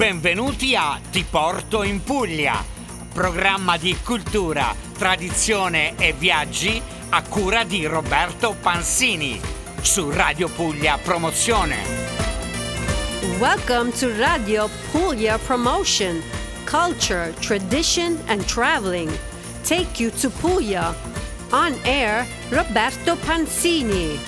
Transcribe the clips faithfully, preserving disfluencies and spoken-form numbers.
Benvenuti a Ti porto in Puglia, programma di cultura, tradizione e viaggi a cura di Roberto Pansini su Radio Puglia Promozione. Welcome to Radio Puglia Promotion, culture, tradition and traveling. Take you to Puglia. On air, Roberto Pansini.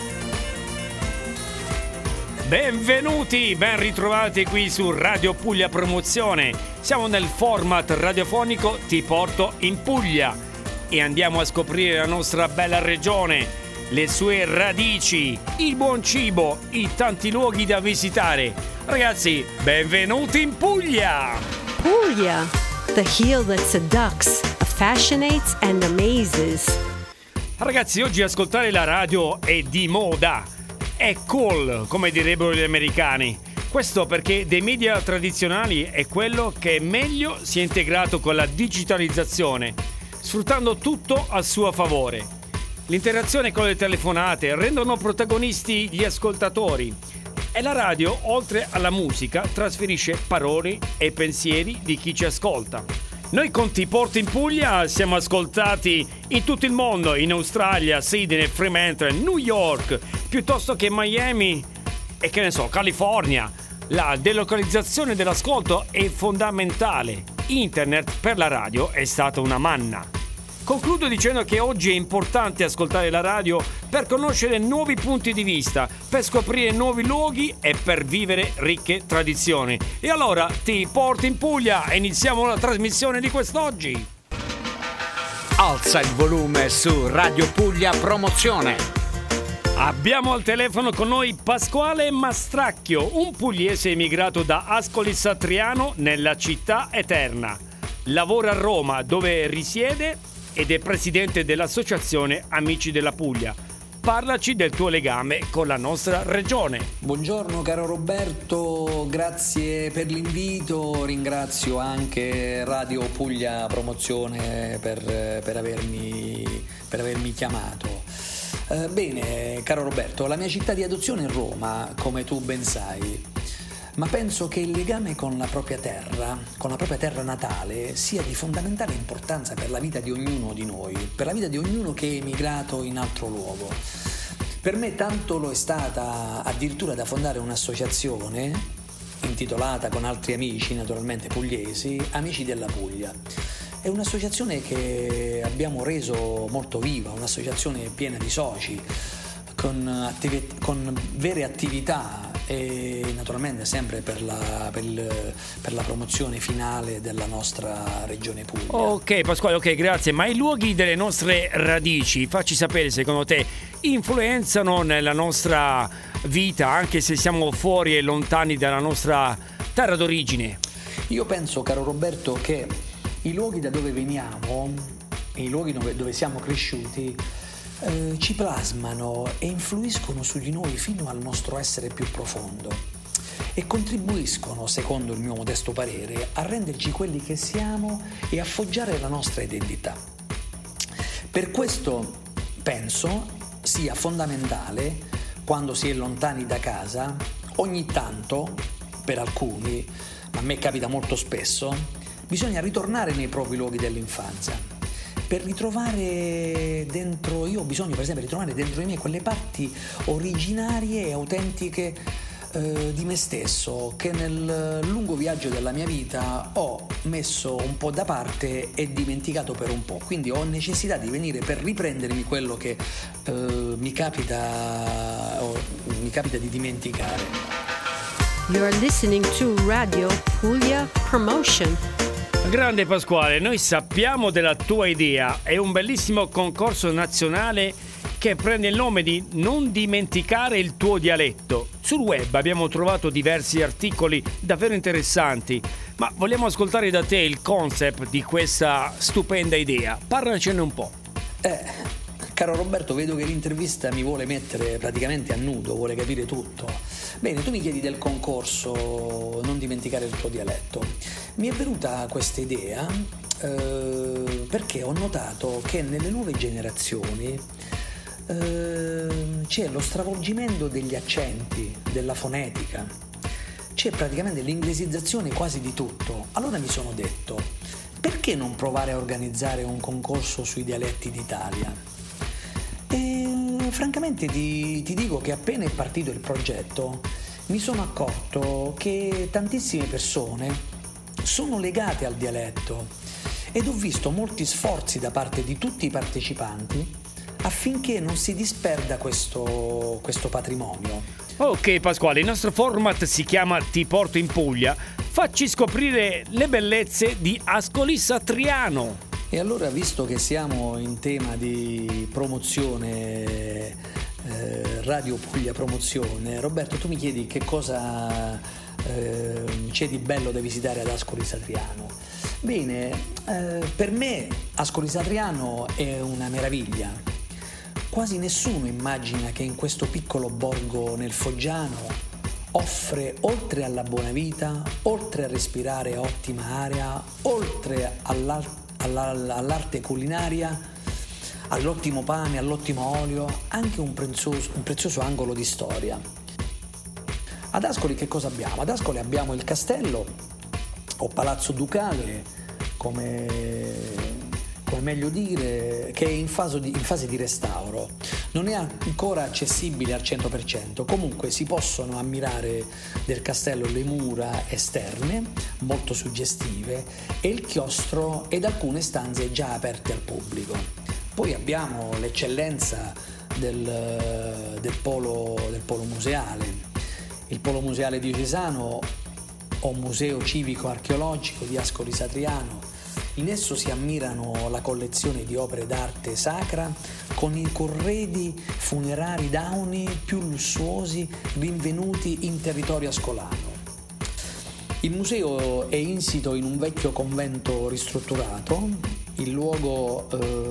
Benvenuti, ben ritrovati qui su Radio Puglia Promozione. Siamo nel format radiofonico Ti porto in Puglia e andiamo a scoprire la nostra bella regione, le sue radici, il buon cibo, i tanti luoghi da visitare. Ragazzi, benvenuti in Puglia! Puglia, the hill that seducts, affascinates and amazes. Ragazzi, oggi ascoltare la radio è di moda. È cool, come direbbero gli americani. Questo perché dei media tradizionali è quello che meglio si è integrato con la digitalizzazione, sfruttando tutto a suo favore. L'interazione con le telefonate rendono protagonisti gli ascoltatori e la radio, oltre alla musica, trasferisce parole e pensieri di chi ci ascolta. Noi con Ti porto in Puglia siamo ascoltati in tutto il mondo, in Australia, Sydney, Fremantle, New York, piuttosto che Miami e che ne so, California. La delocalizzazione dell'ascolto è fondamentale. Internet per la radio è stata una manna. Concludo dicendo che oggi è importante ascoltare la radio per conoscere nuovi punti di vista, per scoprire nuovi luoghi e per vivere ricche tradizioni. E allora Ti porto in Puglia e iniziamo la trasmissione di quest'oggi. Alza il volume su Radio Puglia Promozione. Abbiamo al telefono con noi Pasquale Mastracchio, un pugliese emigrato da Ascoli Satriano nella città eterna. Lavora a Roma, dove risiede ed è presidente dell'associazione Amici della Puglia. Parlaci del tuo legame con la nostra regione. Buongiorno caro Roberto, grazie per l'invito, ringrazio anche Radio Puglia Promozione per, per, avermi, per avermi chiamato. Eh, bene, caro Roberto, la mia città di adozione è Roma, come tu ben sai. Ma penso che il legame con la propria terra, con la propria terra natale, sia di fondamentale importanza per la vita di ognuno di noi, per la vita di ognuno che è emigrato in altro luogo. Per me tanto lo è stata addirittura da fondare un'associazione intitolata con altri amici, naturalmente pugliesi, Amici della Puglia. È un'associazione che abbiamo reso molto viva, un'associazione piena di soci, con, attivi- con vere attività e naturalmente sempre per la, per, il, per la promozione finale della nostra regione Puglia. Ok Pasquale, ok, grazie. Ma i luoghi delle nostre radici, facci sapere, secondo te influenzano nella nostra vita anche se siamo fuori e lontani dalla nostra terra d'origine? Io penso, caro Roberto, che i luoghi da dove veniamo, i luoghi dove, dove siamo cresciuti, Eh, ci plasmano e influiscono su di noi fino al nostro essere più profondo e contribuiscono, secondo il mio modesto parere, a renderci quelli che siamo e a forgiare la nostra identità. Per questo penso sia fondamentale, quando si è lontani da casa, ogni tanto, per alcuni, ma a me capita molto spesso, bisogna ritornare nei propri luoghi dell'infanzia. Per ritrovare dentro, io ho bisogno per esempio di ritrovare dentro di me quelle parti originarie e autentiche eh, di me stesso, che nel lungo viaggio della mia vita ho messo un po' da parte e dimenticato per un po'. Quindi ho necessità di venire per riprendermi quello che eh, mi capita, oh, mi capita di dimenticare. You are listening to Radio Puglia Promotion. Grande Pasquale, noi sappiamo della tua idea, è un bellissimo concorso nazionale che prende il nome di Non dimenticare il tuo dialetto. Sul web abbiamo trovato diversi articoli davvero interessanti, ma vogliamo ascoltare da te il concept di questa stupenda idea. Parlacene un po'. Eh, caro Roberto, vedo che l'intervista mi vuole mettere praticamente a nudo, vuole capire tutto. Bene, tu mi chiedi del concorso Non dimenticare il tuo dialetto. Mi è venuta questa idea eh, perché ho notato che nelle nuove generazioni eh, c'è lo stravolgimento degli accenti, della fonetica. c'è praticamente l'inglesizzazione quasi di tutto. Allora mi sono detto, perché non provare a organizzare un concorso sui dialetti d'Italia? E francamente ti, ti dico che appena è partito il progetto mi sono accorto che tantissime persone sono legate al dialetto ed ho visto molti sforzi da parte di tutti i partecipanti affinché non si disperda questo, questo patrimonio. Ok Pasquale, il nostro format si chiama Ti porto in Puglia. Facci scoprire le bellezze di Ascoli Satriano. E allora, visto che siamo in tema di promozione, eh, Radio Puglia Promozione, Roberto, tu mi chiedi che cosa eh, c'è di bello da visitare ad Ascoli Satriano. Bene, eh, per me Ascoli Satriano è una meraviglia. Quasi nessuno immagina che in questo piccolo borgo nel Foggiano offre, oltre alla buona vita, oltre a respirare ottima aria, oltre all'alta all'arte culinaria, all'ottimo pane, all'ottimo olio, anche un prezioso, un prezioso angolo di storia. Ad Ascoli che cosa abbiamo? Ad Ascoli abbiamo il castello o palazzo ducale, come, come meglio dire, che è in fase, di, in fase di restauro. Non è ancora accessibile al cento per cento, comunque si possono ammirare del castello le mura esterne, molto suggestive, e il chiostro ed alcune stanze già aperte al pubblico. Poi abbiamo l'eccellenza del, del, polo, del polo museale, il polo museale diocesano o museo civico archeologico di Ascoli Satriano. In esso si ammirano la collezione di opere d'arte sacra con i corredi funerari dauni più lussuosi rinvenuti in territorio ascolano. Il museo è insito in un vecchio convento ristrutturato, il luogo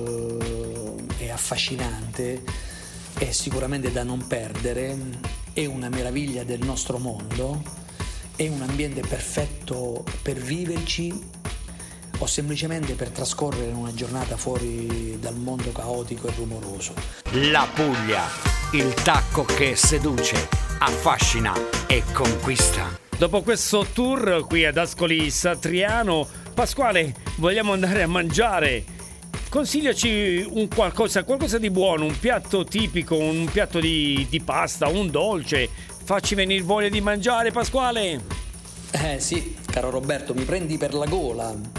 eh, è affascinante, è sicuramente da non perdere, è una meraviglia del nostro mondo, è un ambiente perfetto per viverci o semplicemente per trascorrere una giornata fuori dal mondo caotico e rumoroso. La Puglia, il tacco che seduce, affascina e conquista. Dopo questo tour qui ad Ascoli Satriano, Pasquale, vogliamo andare a mangiare. Consigliaci un qualcosa, qualcosa di buono, un piatto tipico, un piatto di, di pasta, un dolce. Facci venire voglia di mangiare, Pasquale. Eh sì, caro Roberto, mi prendi per la gola.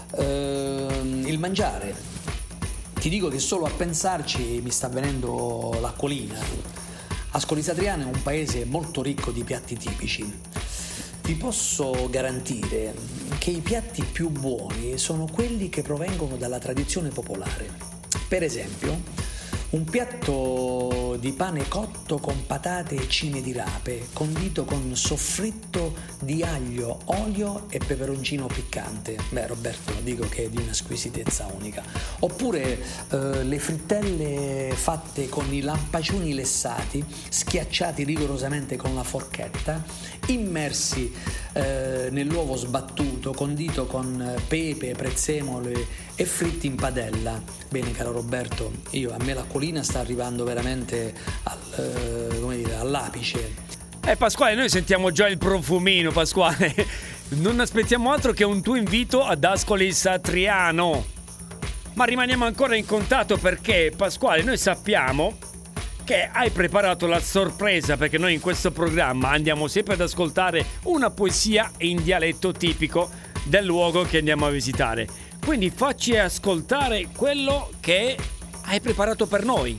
Uh, il mangiare, ti dico che solo a pensarci mi sta venendo l'acquolina. Ascoli Satriano è un paese molto ricco di piatti tipici. Vi posso garantire che i piatti più buoni sono quelli che provengono dalla tradizione popolare. Per esempio, un piatto di pane cotto con patate e cime di rape, condito con soffritto di aglio, olio e peperoncino piccante. Beh, Roberto, dico che è di una squisitezza unica. Oppure eh, le frittelle fatte con i lampaccioni lessati, schiacciati rigorosamente con la forchetta, immersi eh, nell'uovo sbattuto, condito con pepe, prezzemole e fritti in padella. Bene, caro Roberto, io a me l'acquolina sta arrivando veramente al, eh, come dire, all'apice. Eh Pasquale, noi sentiamo già il profumino, Pasquale. Non aspettiamo altro che un tuo invito ad Ascoli Satriano. Ma rimaniamo ancora in contatto perché, Pasquale, noi sappiamo che hai preparato la sorpresa, perché noi in questo programma andiamo sempre ad ascoltare una poesia in dialetto tipico del luogo che andiamo a visitare. Quindi facci ascoltare quello che hai preparato per noi.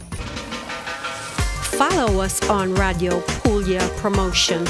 Follow us on Radio Puglia Promotion.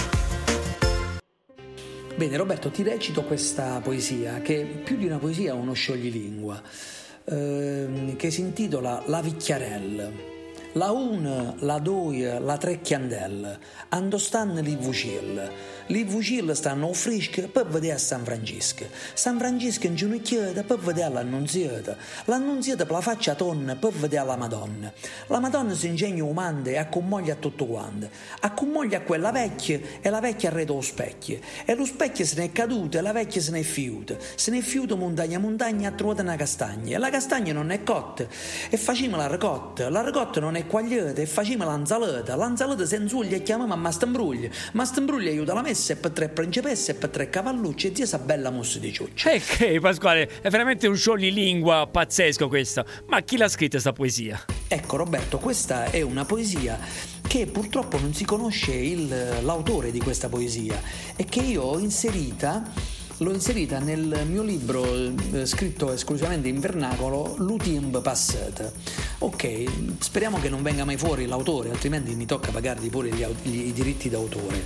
Bene, Roberto, ti recito questa poesia, che più di una poesia è uno scioglilingua, ehm, che si intitola La Vicchiarella. La un, la due, la tre chiandelle, ando stanno li vucil. Li vucil stanno a frisco per vedere a San Francisco. San Francisco in ginocchiata per vedere l'Annunziata. L'Annunziata per la faccia tonna per vedere la Madonna. La Madonna si ingegna umante e accomoglia a tutto quanto. Accomoglia a quella vecchia e la vecchia arreda lo specchio. E lo specchio se ne è caduto e la vecchia se ne è fiuta. Se ne è fiuta montagna montagna ha trovato una castagna. E la castagna non è cotta. E facciamo la ricotta. La ricotta non è e quagliate e facciamo l'anzalata. L'anzalata senza uglia e chiamiamo a Mastambruglia. Mastambruglia aiuta la messa e per tre principesse e per tre cavallucci e zia sa bella mussa di ciuccia. E che Pasquale, è veramente un scioglilingua pazzesco questo. Ma chi l'ha scritta sta poesia? Ecco Roberto, questa è una poesia che purtroppo non si conosce il, l'autore di questa poesia e che io ho inserita, l'ho inserita nel mio libro eh, scritto esclusivamente in vernacolo, L'Utiemb Passat. Ok, speriamo che non venga mai fuori l'autore, altrimenti mi tocca pagargli pure gli, gli, i diritti d'autore.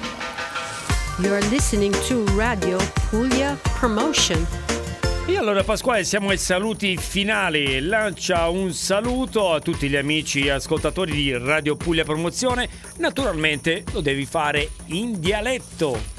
You're listening to Radio Puglia Promotion. E allora Pasquale, siamo ai saluti finali. Lancia un saluto a tutti gli amici ascoltatori di Radio Puglia Promozione. Naturalmente lo devi fare in dialetto.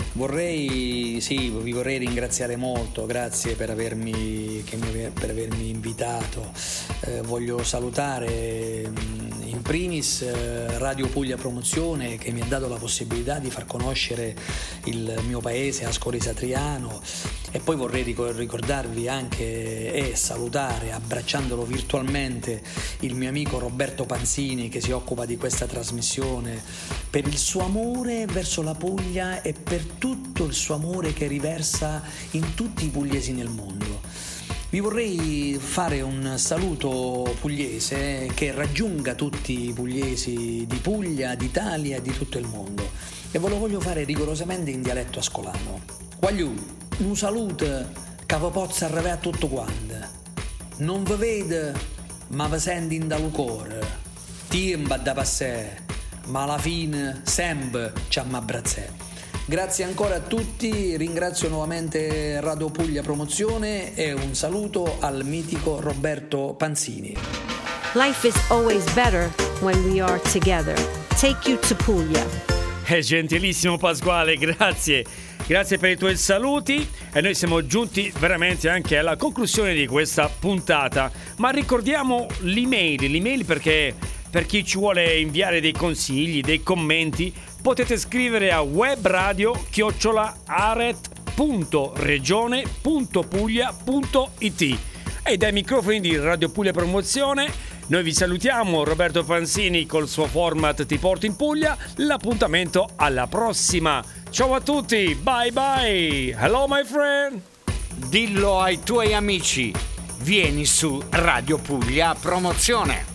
Vorrei, sì, vi vorrei ringraziare molto, grazie per avermi, che mi, per avermi invitato. Eh, voglio salutare in primis Radio Puglia Promozione che mi ha dato la possibilità di far conoscere il mio paese, Ascoli Satriano, e poi vorrei ricordarvi anche e salutare, abbracciandolo virtualmente, il mio amico Roberto Panzini che si occupa di questa trasmissione, per il suo amore verso la Puglia e per tutto il suo amore che riversa in tutti i pugliesi nel mondo. Vi vorrei fare un saluto pugliese che raggiunga tutti i pugliesi di Puglia, d'Italia e di tutto il mondo, e ve lo voglio fare rigorosamente in dialetto ascolano. Voglio un saluto che vi possa arrivare a tutto quanto. Non vi vedo, ma vi sento in dal cuore. Tempo da passare, ma alla fine sempre ci abbracciamo. Grazie ancora a tutti, ringrazio nuovamente Radio Puglia Promozione e un saluto al mitico Roberto Panzini. Life is always better when we are together. Take you to Puglia. È gentilissimo Pasquale, grazie. Grazie per i tuoi saluti e noi siamo giunti veramente anche alla conclusione di questa puntata. Ma ricordiamo l'email, l'email perché per chi ci vuole inviare dei consigli, dei commenti, potete scrivere a webradio chiocciola aret punto regione punto puglia punto it. E dai microfoni di Radio Puglia Promozione noi vi salutiamo, Roberto Panzini col suo format Ti porto in Puglia. L'appuntamento alla prossima. Ciao a tutti, bye bye. Hello my friend. Dillo ai tuoi amici, vieni su Radio Puglia Promozione.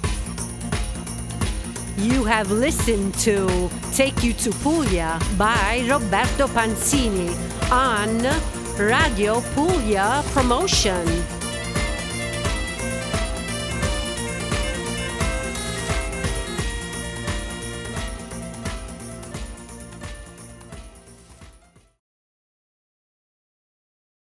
You have listened to Take You to Puglia by Roberto Panzini on Radio Puglia Promotion.